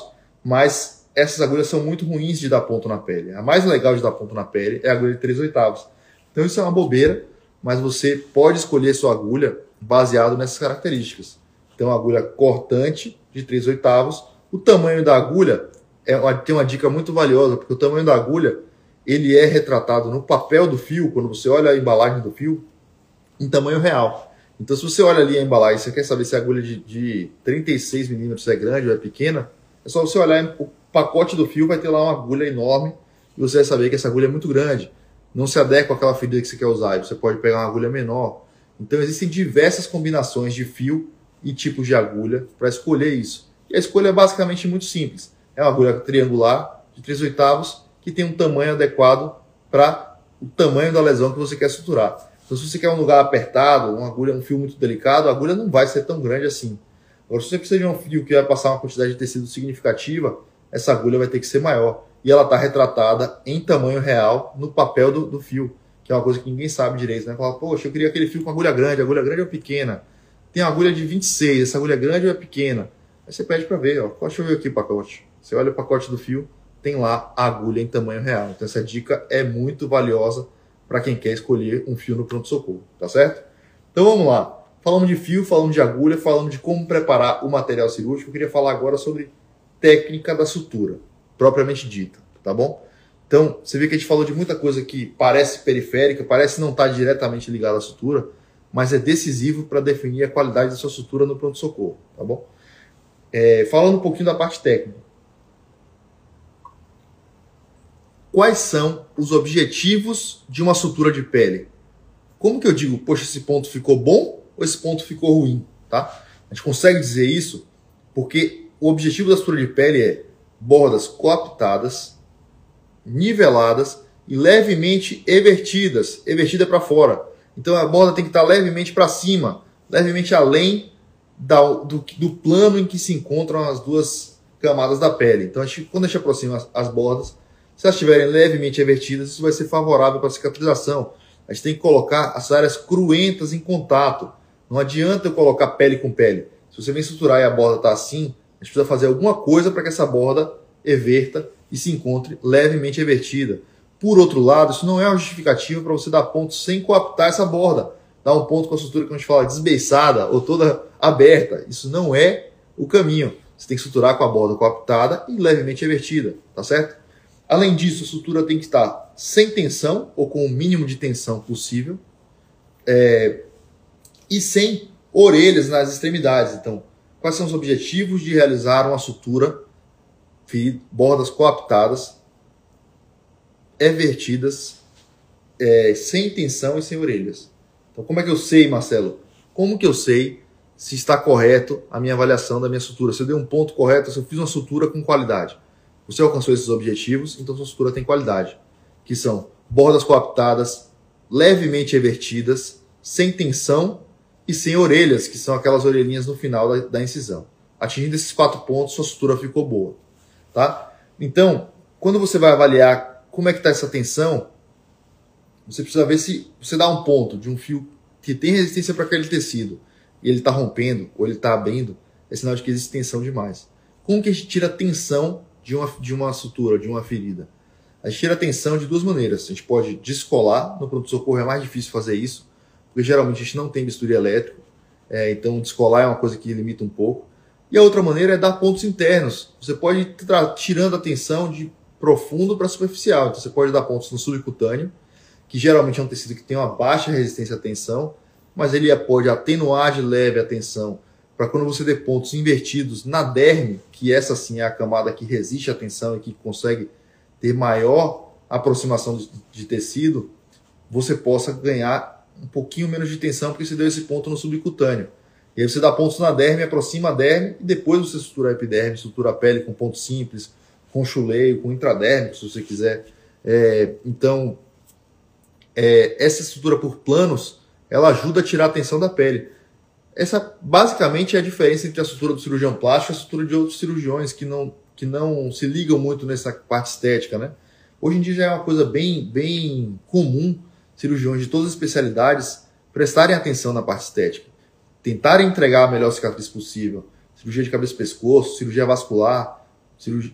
mas essas agulhas são muito ruins de dar ponto na pele. A mais legal de dar ponto na pele é a agulha de três oitavos. Então isso é uma bobeira, mas você pode escolher sua agulha baseado nessas características. Então a agulha cortante de três oitavos, o tamanho da agulha é uma, tem uma dica muito valiosa, porque o tamanho da agulha ele é retratado no papel do fio, quando você olha a embalagem do fio, em tamanho real. Então, se você olha ali a embalagem e você quer saber se a agulha de, de trinta e seis milímetros é grande ou é pequena, é só você olhar o pacote do fio, vai ter lá uma agulha enorme e você vai saber que essa agulha é muito grande. Não se adequa àquela fibra que você quer usar, você pode pegar uma agulha menor. Então, existem diversas combinações de fio e tipos de agulha para escolher isso. E a escolha é basicamente muito simples. É uma agulha triangular de três oitavos, que tem um tamanho adequado para o tamanho da lesão que você quer suturar. Então, se você quer um lugar apertado, uma agulha, um fio muito delicado, a agulha não vai ser tão grande assim. Agora, se você precisa de um fio que vai passar uma quantidade de tecido significativa, essa agulha vai ter que ser maior. E ela está retratada em tamanho real no papel do, do fio, que é uma coisa que ninguém sabe direito, né? Fala, poxa, eu queria aquele fio com agulha grande, agulha grande ou pequena? Tem uma agulha de vinte e seis, essa agulha é grande ou é pequena? Aí você pede para ver, ó. Deixa eu ver aqui o pacote. Você olha o pacote do fio, tem lá a agulha em tamanho real. Então essa dica é muito valiosa para quem quer escolher um fio no pronto-socorro, tá certo? Então vamos lá. Falamos de fio, falamos de agulha, falamos de como preparar o material cirúrgico. Eu queria falar agora sobre técnica da sutura, propriamente dita, tá bom? Então, você vê que a gente falou de muita coisa que parece periférica, parece não estar diretamente ligada à sutura, mas é decisivo para definir a qualidade da sua sutura no pronto-socorro, tá bom? É, falando um pouquinho da parte técnica. Quais são os objetivos de uma sutura de pele? Como que eu digo, poxa, esse ponto ficou bom ou esse ponto ficou ruim? Tá? A gente consegue dizer isso porque o objetivo da sutura de pele é bordas coaptadas, niveladas e levemente evertidas, evertida para fora. Então a borda tem que estar levemente para cima, levemente além da, do, do plano em que se encontram as duas camadas da pele. Então a gente, quando a gente aproxima as, as bordas, se elas estiverem levemente evertidas, isso vai ser favorável para a cicatrização. A gente tem que colocar as áreas cruentas em contato. Não adianta eu colocar pele com pele. Se você vem suturar e a borda está assim, a gente precisa fazer alguma coisa para que essa borda everta e se encontre levemente evertida. Por outro lado, isso não é uma justificativa para você dar ponto sem coaptar essa borda. Dar um ponto com a sutura que a gente fala desbeiçada ou toda aberta. Isso não é o caminho. Você tem que suturar com a borda coaptada e levemente evertida, tá certo? Além disso, a sutura tem que estar sem tensão ou com o mínimo de tensão possível é, e sem orelhas nas extremidades. Então, quais são os objetivos de realizar uma sutura? Bordas coaptadas, evertidas, é, sem tensão e sem orelhas. Então, como é que eu sei, Marcelo? Como que eu sei se está correto a minha avaliação da minha sutura? Se eu dei um ponto correto, se eu fiz uma sutura com qualidade. Você alcançou esses objetivos, então sua sutura tem qualidade. Que são bordas coaptadas, levemente evertidas, sem tensão e sem orelhas, que são aquelas orelhinhas no final da, da incisão. Atingindo esses quatro pontos, sua sutura ficou boa. Tá? Então, quando você vai avaliar como é que está essa tensão, você precisa ver se você dá um ponto de um fio que tem resistência para aquele tecido e ele está rompendo ou ele está abrindo, é sinal de que existe tensão demais. Como que a gente tira a tensão de uma, de uma sutura, de uma ferida? A gente tira a tensão de duas maneiras. A gente pode descolar, no pronto-socorro é mais difícil fazer isso, porque geralmente a gente não tem bisturi elétrico, é, então descolar é uma coisa que limita um pouco. E a outra maneira é dar pontos internos. Você pode ir tirando a tensão de profundo para superficial. Então você pode dar pontos no subcutâneo, que geralmente é um tecido que tem uma baixa resistência à tensão, mas ele pode atenuar de leve a tensão para quando você dê pontos invertidos na derme, que essa sim é a camada que resiste à tensão e que consegue ter maior aproximação de tecido, você possa ganhar um pouquinho menos de tensão porque você deu esse ponto no subcutâneo. E aí você dá pontos na derme, aproxima a derme e depois você sutura a epiderme, sutura a pele com ponto simples, com chuleio, com intradérmico, se você quiser. É, então, é, essa sutura por planos, ela ajuda a tirar a tensão da pele. Essa basicamente é a diferença entre a sutura do cirurgião plástico e a sutura de outros cirurgiões que não, que não se ligam muito nessa parte estética, né? Hoje em dia já é uma coisa bem, bem comum cirurgiões de todas as especialidades prestarem atenção na parte estética, tentarem entregar a melhor cicatriz possível. Cirurgia de cabeça e pescoço, cirurgia vascular, cirurgia...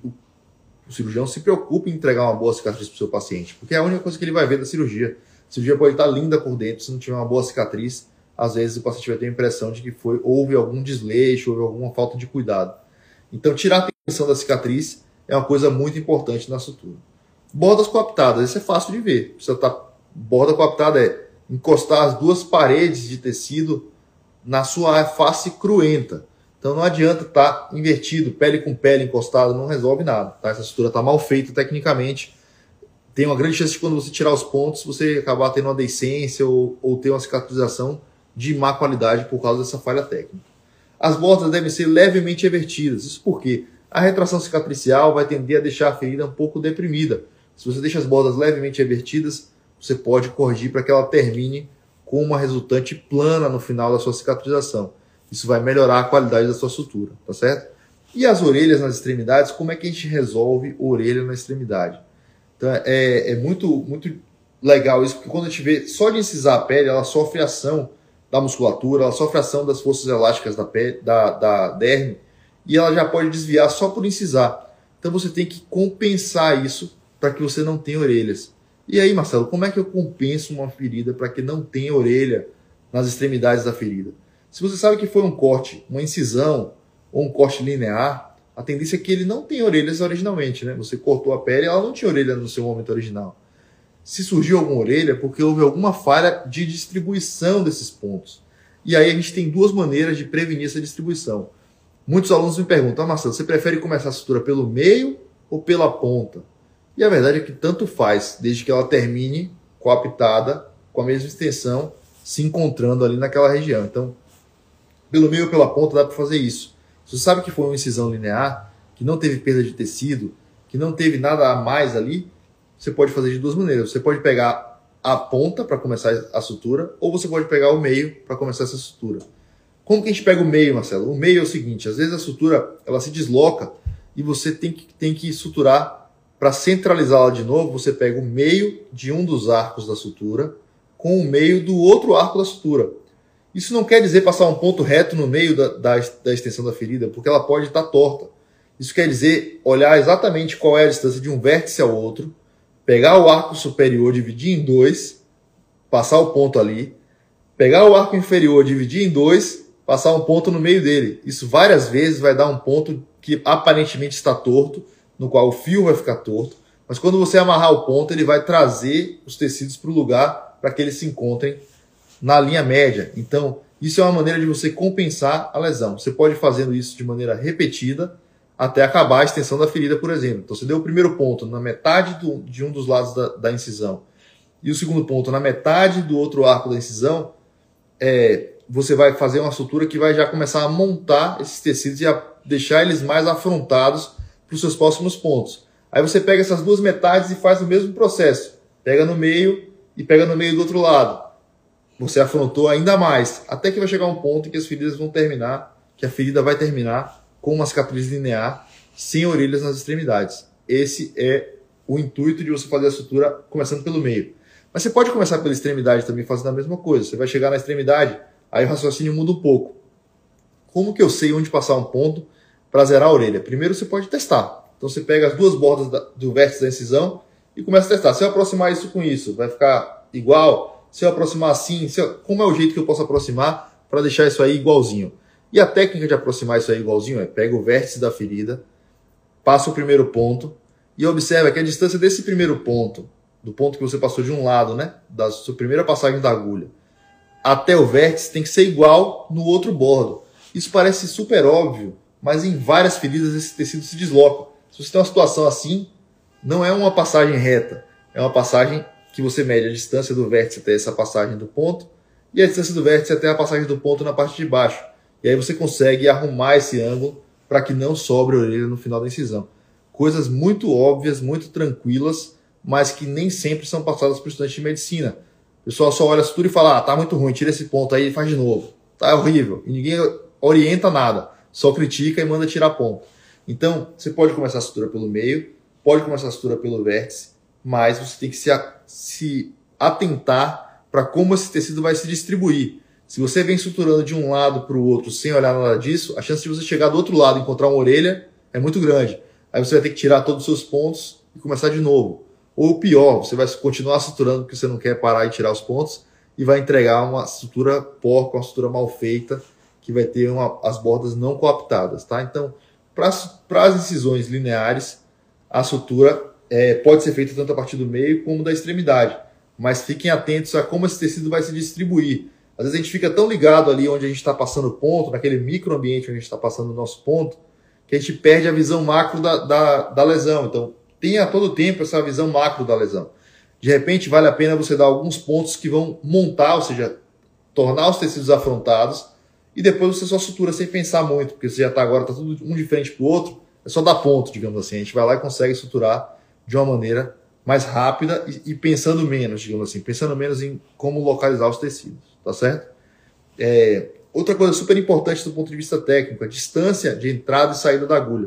o cirurgião se preocupa em entregar uma boa cicatriz para o seu paciente, porque é a única coisa que ele vai ver da cirurgia. A cirurgia pode estar linda por dentro, se não tiver uma boa cicatriz, às vezes o paciente vai ter a impressão de que foi, houve algum desleixo, houve alguma falta de cuidado. Então, tirar a tensão da cicatriz é uma coisa muito importante na sutura. Bordas coaptadas, isso é fácil de ver. Você tá, borda coaptada é encostar as duas paredes de tecido na sua face cruenta. Então não adianta estar tá invertido, pele com pele encostada, não resolve nada. Tá? Essa sutura está mal feita tecnicamente. Tem uma grande chance de quando você tirar os pontos, você acabar tendo uma deiscência ou, ou ter uma cicatrização de má qualidade por causa dessa falha técnica. As bordas devem ser levemente evertidas. Isso porque a retração cicatricial vai tender a deixar a ferida um pouco deprimida. Se você deixa as bordas levemente evertidas, você pode corrigir para que ela termine com uma resultante plana no final da sua cicatrização. Isso vai melhorar a qualidade da sua sutura, tá certo? E as orelhas nas extremidades, como é que a gente resolve orelha na extremidade? Então é, é muito, muito legal isso, porque quando a gente vê só de incisar a pele, ela sofre ação da musculatura, ela sofre ação das forças elásticas da, pele, da, da derme, e ela já pode desviar só por incisar. Então você tem que compensar isso para que você não tenha orelhas. E aí, Marcelo, como é que eu compenso uma ferida para que não tenha orelha nas extremidades da ferida? Se você sabe que foi um corte, uma incisão ou um corte linear, a tendência é que ele não tenha orelhas originalmente, né? Você cortou a pele e ela não tinha orelha no seu momento original. Se surgiu alguma orelha, é porque houve alguma falha de distribuição desses pontos. E aí a gente tem duas maneiras de prevenir essa distribuição. Muitos alunos me perguntam, ah, Marcelo, você prefere começar a sutura pelo meio ou pela ponta? E a verdade é que tanto faz, desde que ela termine coaptada, com a mesma extensão, se encontrando ali naquela região. Então, pelo meio ou pela ponta dá para fazer isso. Se você sabe que foi uma incisão linear, que não teve perda de tecido, que não teve nada a mais ali, você pode fazer de duas maneiras. Você pode pegar a ponta para começar a sutura, ou você pode pegar o meio para começar essa sutura. Como que a gente pega o meio, Marcelo? O meio é o seguinte, às vezes a sutura ela se desloca e você tem que, tem que suturar. Para centralizá-la de novo, você pega o meio de um dos arcos da sutura com o meio do outro arco da sutura. Isso não quer dizer passar um ponto reto no meio da, da, da extensão da ferida, porque ela pode estar torta. Isso quer dizer olhar exatamente qual é a distância de um vértice ao outro, pegar o arco superior, dividir em dois, passar o ponto ali, pegar o arco inferior, dividir em dois, passar um ponto no meio dele. Isso várias vezes vai dar um ponto que aparentemente está torto, no qual o fio vai ficar torto, mas quando você amarrar o ponto, ele vai trazer os tecidos para o lugar para que eles se encontrem na linha média. Então, isso é uma maneira de você compensar a lesão. Você pode ir fazendo isso de maneira repetida até acabar a extensão da ferida, por exemplo. Então, você deu o primeiro ponto na metade do, de um dos lados da, da incisão e o segundo ponto na metade do outro arco da incisão, é, você vai fazer uma sutura que vai já começar a montar esses tecidos e a deixar eles mais afrontados para os seus próximos pontos. Aí você pega essas duas metades e faz o mesmo processo. Pega no meio e pega no meio do outro lado. você afrontou ainda mais, até que vai chegar um ponto em que as feridas vão terminar, que a ferida vai terminar com uma cicatriz linear, sem orelhas nas extremidades. Esse é o intuito de você fazer a sutura começando pelo meio. Mas você pode começar pela extremidade também fazendo a mesma coisa. Você vai chegar na extremidade, aí o raciocínio muda um pouco. Como que eu sei onde passar um ponto para zerar a orelha? Primeiro você pode testar. Então você pega as duas bordas da, do vértice da incisão e começa a testar. Se eu aproximar isso com isso, vai ficar igual? Se eu aproximar assim, se eu, como é o jeito que eu posso aproximar para deixar isso aí igualzinho? E a técnica de aproximar isso aí igualzinho é: pega o vértice da ferida, passa o primeiro ponto e observa que a distância desse primeiro ponto, do ponto que você passou de um lado, né, da sua primeira passagem da agulha, até o vértice tem que ser igual no outro bordo. Isso parece super óbvio, mas em várias feridas esse tecido se desloca. Se você tem uma situação assim, não é uma passagem reta, é uma passagem que você mede a distância do vértice até essa passagem do ponto e a distância do vértice até a passagem do ponto na parte de baixo. E aí você consegue arrumar esse ângulo para que não sobre a orelha no final da incisão. Coisas muito óbvias, muito tranquilas, mas que nem sempre são passadas para o estudante de medicina. O pessoal só olha a sutura e fala: ah, tá muito ruim, tira esse ponto aí e faz de novo. Tá horrível. E ninguém orienta nada, só critica e manda tirar ponto. Então, você pode começar a sutura pelo meio, pode começar a sutura pelo vértice, mas você tem que se, se atentar para como esse tecido vai se distribuir. Se você vem suturando de um lado para o outro sem olhar nada disso, a chance de você chegar do outro lado e encontrar uma orelha é muito grande. Aí você vai ter que tirar todos os seus pontos e começar de novo. Ou pior, você vai continuar suturando porque você não quer parar e tirar os pontos e vai entregar uma sutura porca, uma sutura mal feita, que vai ter uma, as bordas não coaptadas. Tá? Então, para as incisões lineares, a sutura é, pode ser feita tanto a partir do meio como da extremidade. Mas fiquem atentos a como esse tecido vai se distribuir. Às vezes a gente fica tão ligado ali onde a gente está passando o ponto, naquele microambiente onde a gente está passando o nosso ponto, que a gente perde a visão macro da, da, da lesão. Então, tenha a todo tempo essa visão macro da lesão. De repente, vale a pena você dar alguns pontos que vão montar, ou seja, tornar os tecidos afrontados, e depois você só sutura sem pensar muito, porque você já está agora, está tudo um de frente para o outro, é só dar ponto, digamos assim. A gente vai lá e consegue suturar de uma maneira mais rápida e, e pensando menos, digamos assim, pensando menos em como localizar os tecidos. Tá certo? É, outra coisa super importante do ponto de vista técnico, a distância de entrada e saída da agulha.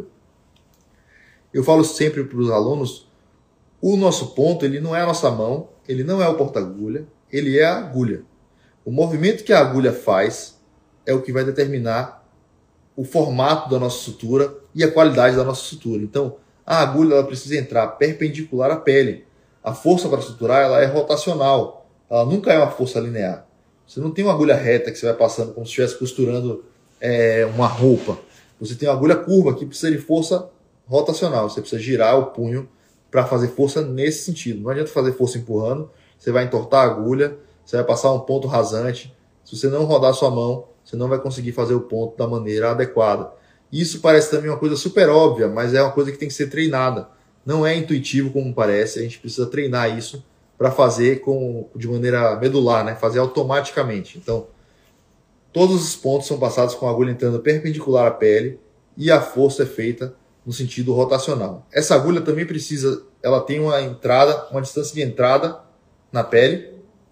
Eu falo sempre para os alunos, o nosso ponto ele não é a nossa mão, ele não é o porta-agulha, ele é a agulha. O movimento que a agulha faz é o que vai determinar o formato da nossa sutura e a qualidade da nossa sutura. Então, a agulha ela precisa entrar perpendicular à pele. A força para suturar ela é rotacional, ela nunca é uma força linear. Você não tem uma agulha reta que você vai passando como se estivesse costurando é, uma roupa. Você tem uma agulha curva que precisa de força rotacional. Você precisa girar o punho para fazer força nesse sentido. Não adianta fazer força empurrando. Você vai entortar a agulha, você vai passar um ponto rasante. Se você não rodar a sua mão, você não vai conseguir fazer o ponto da maneira adequada. Isso parece também uma coisa super óbvia, mas é uma coisa que tem que ser treinada. Não é intuitivo como parece. A gente precisa treinar isso para fazer com, de maneira medular, né? Fazer automaticamente. Então, todos os pontos são passados com a agulha entrando perpendicular à pele e a força é feita no sentido rotacional. Essa agulha também precisa, ela tem uma entrada, uma distância de entrada na pele,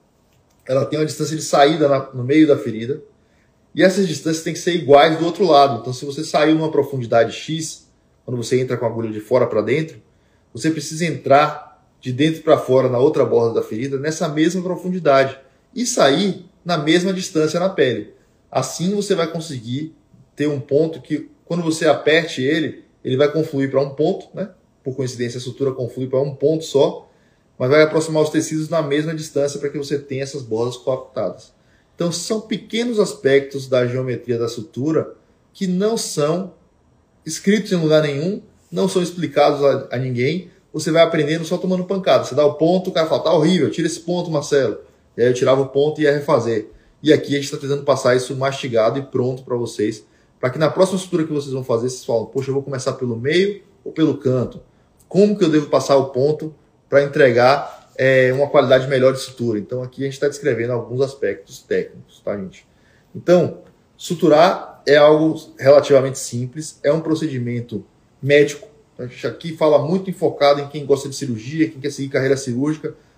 ela tem uma distância de saída na, no meio da ferida, e essas distâncias têm que ser iguais do outro lado. Então, se você saiu numa profundidade X, quando você entra com a agulha de fora para dentro, você precisa entrar de dentro para fora na outra borda da ferida, nessa mesma profundidade, e sair na mesma distância na pele. Assim você vai conseguir ter um ponto que, quando você aperte ele, ele vai confluir para um ponto, né? Por coincidência a sutura conflui para um ponto só, mas vai aproximar os tecidos na mesma distância para que você tenha essas bordas coaptadas. Então são pequenos aspectos da geometria da sutura que não são escritos em lugar nenhum, não são explicados a, a ninguém. Você vai aprendendo só tomando pancada. Você dá o ponto, o cara fala, tá horrível, tira esse ponto, Marcelo. E aí eu tirava o ponto e ia refazer. E aqui a gente está tentando passar isso mastigado e pronto para vocês, para que na próxima sutura que vocês vão fazer, vocês falam, poxa, eu vou começar pelo meio ou pelo canto? Como que eu devo passar o ponto para entregar é, uma qualidade melhor de sutura? Então aqui a gente está descrevendo alguns aspectos técnicos, tá, gente? Então, suturar é algo relativamente simples, é um procedimento médico. A gente aqui fala muito enfocado em quem gosta de cirurgia, quem quer seguir carreira cirúrgica,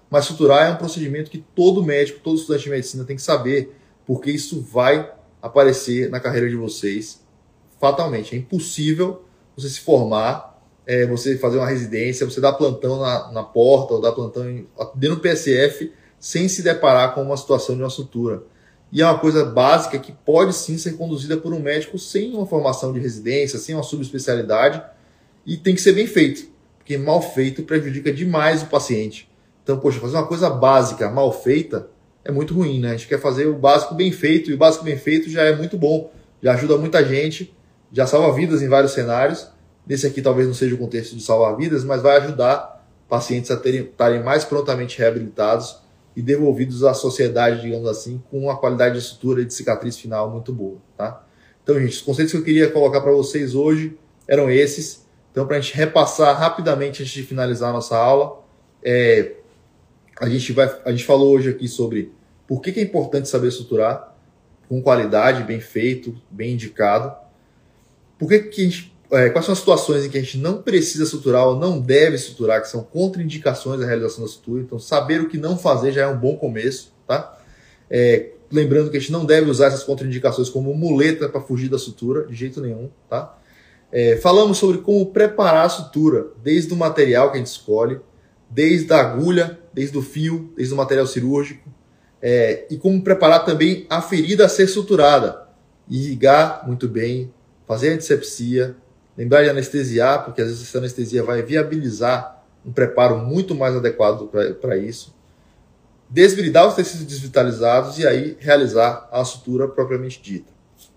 Mas suturar é um procedimento que todo médico, todo estudante de medicina tem que saber, porque isso vai aparecer na carreira de vocês fatalmente. É impossível você se formar, é, você fazer uma residência, você dar plantão na, na porta ou dar plantão em, dentro do P S F sem se deparar com uma situação de uma sutura. E é uma coisa básica que pode sim ser conduzida por um médico sem uma formação de residência, sem uma subespecialidade, e tem que ser bem feito, porque mal feito prejudica demais o paciente. Então, poxa, fazer uma coisa básica mal feita é muito ruim, né? A gente quer fazer o básico bem feito, e o básico bem feito já é muito bom, já ajuda muita gente, já salva vidas em vários cenários. Nesse aqui talvez não seja o contexto de salvar vidas, mas vai ajudar pacientes a terem, estarem mais prontamente reabilitados e devolvidos à sociedade, digamos assim, com uma qualidade de sutura e de cicatriz final muito boa, tá? Então, gente, os conceitos que eu queria colocar para vocês hoje eram esses. Então, para a gente repassar rapidamente antes de finalizar a nossa aula, é, a, gente vai, a gente falou hoje aqui sobre por que, que é importante saber suturar com qualidade, bem feito, bem indicado. Por que que a gente, é, quais são as situações em que a gente não precisa suturar ou não deve suturar, que são contraindicações à realização da sutura. Então, saber o que não fazer já é um bom começo, tá? É, lembrando que a gente não deve usar essas contraindicações como muleta para fugir da sutura, de jeito nenhum, tá? É, falamos sobre como preparar a sutura, desde o material que a gente escolhe, desde a agulha, desde o fio, desde o material cirúrgico, é, e como preparar também a ferida a ser suturada, irrigar muito bem, fazer antisepsia, lembrar de anestesiar, porque às vezes essa anestesia vai viabilizar um preparo muito mais adequado para isso, desbridar os tecidos desvitalizados e aí realizar a sutura propriamente dita.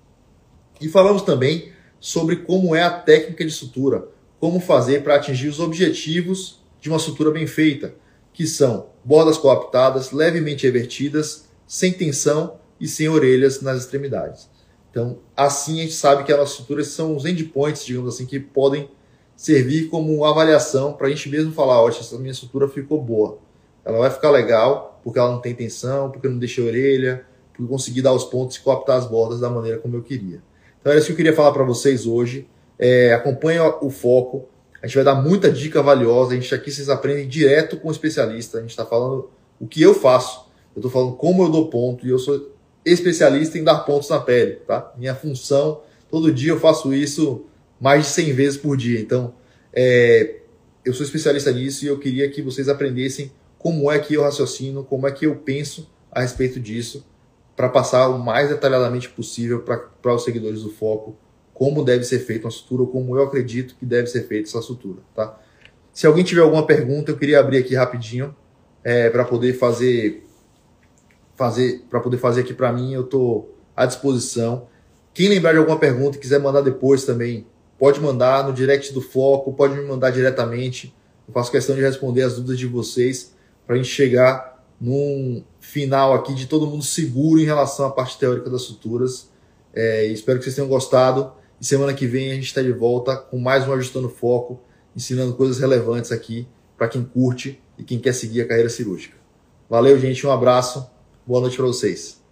E falamos também sobre como é a técnica de sutura, como fazer para atingir os objetivos de uma sutura bem feita, que são bordas coaptadas, levemente revertidas, sem tensão e sem orelhas nas extremidades. Então, assim a gente sabe que as nossas suturas são os endpoints, digamos assim, que podem servir como avaliação para a gente mesmo falar, ó, essa minha sutura ficou boa. Ela vai ficar legal porque ela não tem tensão, porque eu não deixei orelha, porque eu consegui dar os pontos e coaptar as bordas da maneira como eu queria. Então era isso que eu queria falar para vocês hoje. É, acompanhe o foco. A gente vai dar muita dica valiosa. A gente aqui vocês aprendem direto com o especialista. A gente está falando o que eu faço. Eu estou falando como eu dou ponto e eu sou especialista em dar pontos na pele, tá? Minha função, todo dia eu faço isso mais de cem vezes por dia. Então, é, eu sou especialista nisso e eu queria que vocês aprendessem como é que eu raciocino, como é que eu penso a respeito disso, para passar o mais detalhadamente possível para os seguidores do Foco como deve ser feita uma sutura, ou como eu acredito que deve ser feita essa sutura, tá? Se alguém tiver alguma pergunta, eu queria abrir aqui rapidinho é, para poder fazer, fazer para poder fazer aqui para mim, eu estou à disposição. Quem lembrar de alguma pergunta e quiser mandar depois também, pode mandar no direct do Foco, pode me mandar diretamente. Eu faço questão de responder as dúvidas de vocês para a gente chegar num final aqui de todo mundo seguro em relação à parte teórica das suturas. É, espero que vocês tenham gostado. E semana que vem a gente está de volta com mais um Ajustando Foco, ensinando coisas relevantes aqui para quem curte e quem quer seguir a carreira cirúrgica. Valeu, gente. Um abraço. Boa noite para vocês.